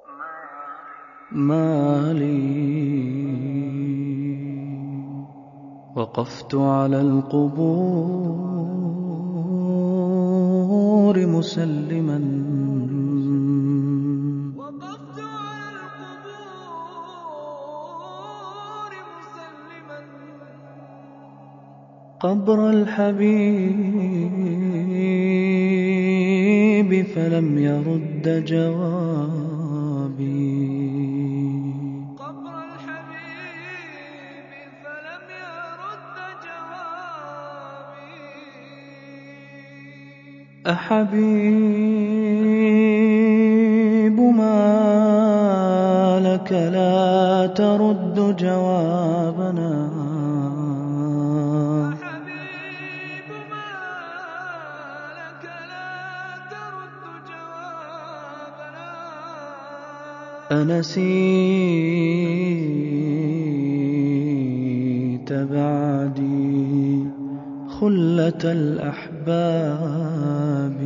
ما لي وقفت على القبور مسلما قبر الحبيب فلم يرد جوابي أحبيب ما لك لا ترد جوابنا أنسيت بعدي خلة الأحباب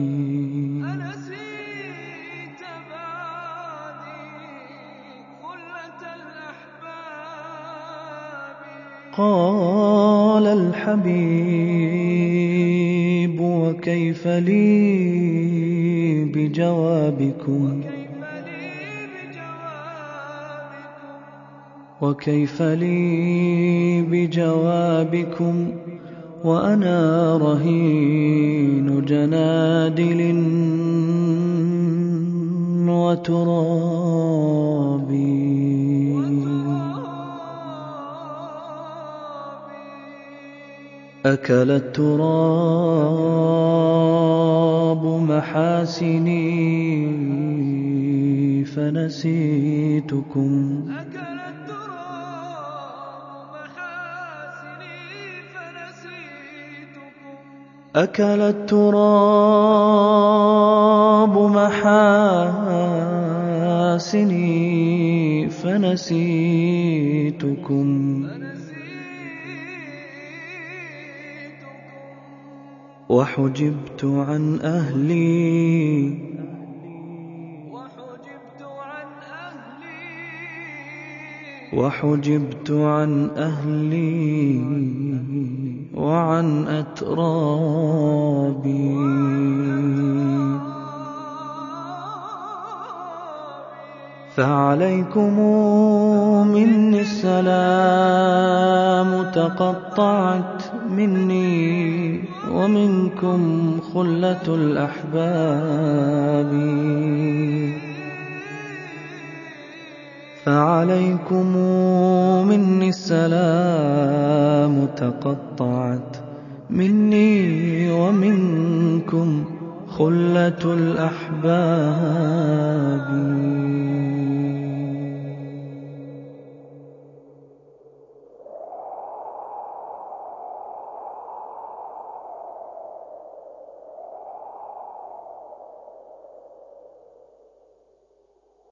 قال الحبيب وكيف لي بجوابكم وكيف لي بجوابكم وأنا رهين جنادل وتراب أكل التراب محاسني فنسيتكم أكل التراب محاسني فنسيتكم وحجبت عن أهلي وحجبت عن أهلي وعن أترابي فعليكم مني السلام تقطعت مني ومنكم خلة الأحباب فعليكم مني السلام تقطعت مني ومنكم خلة الأحباب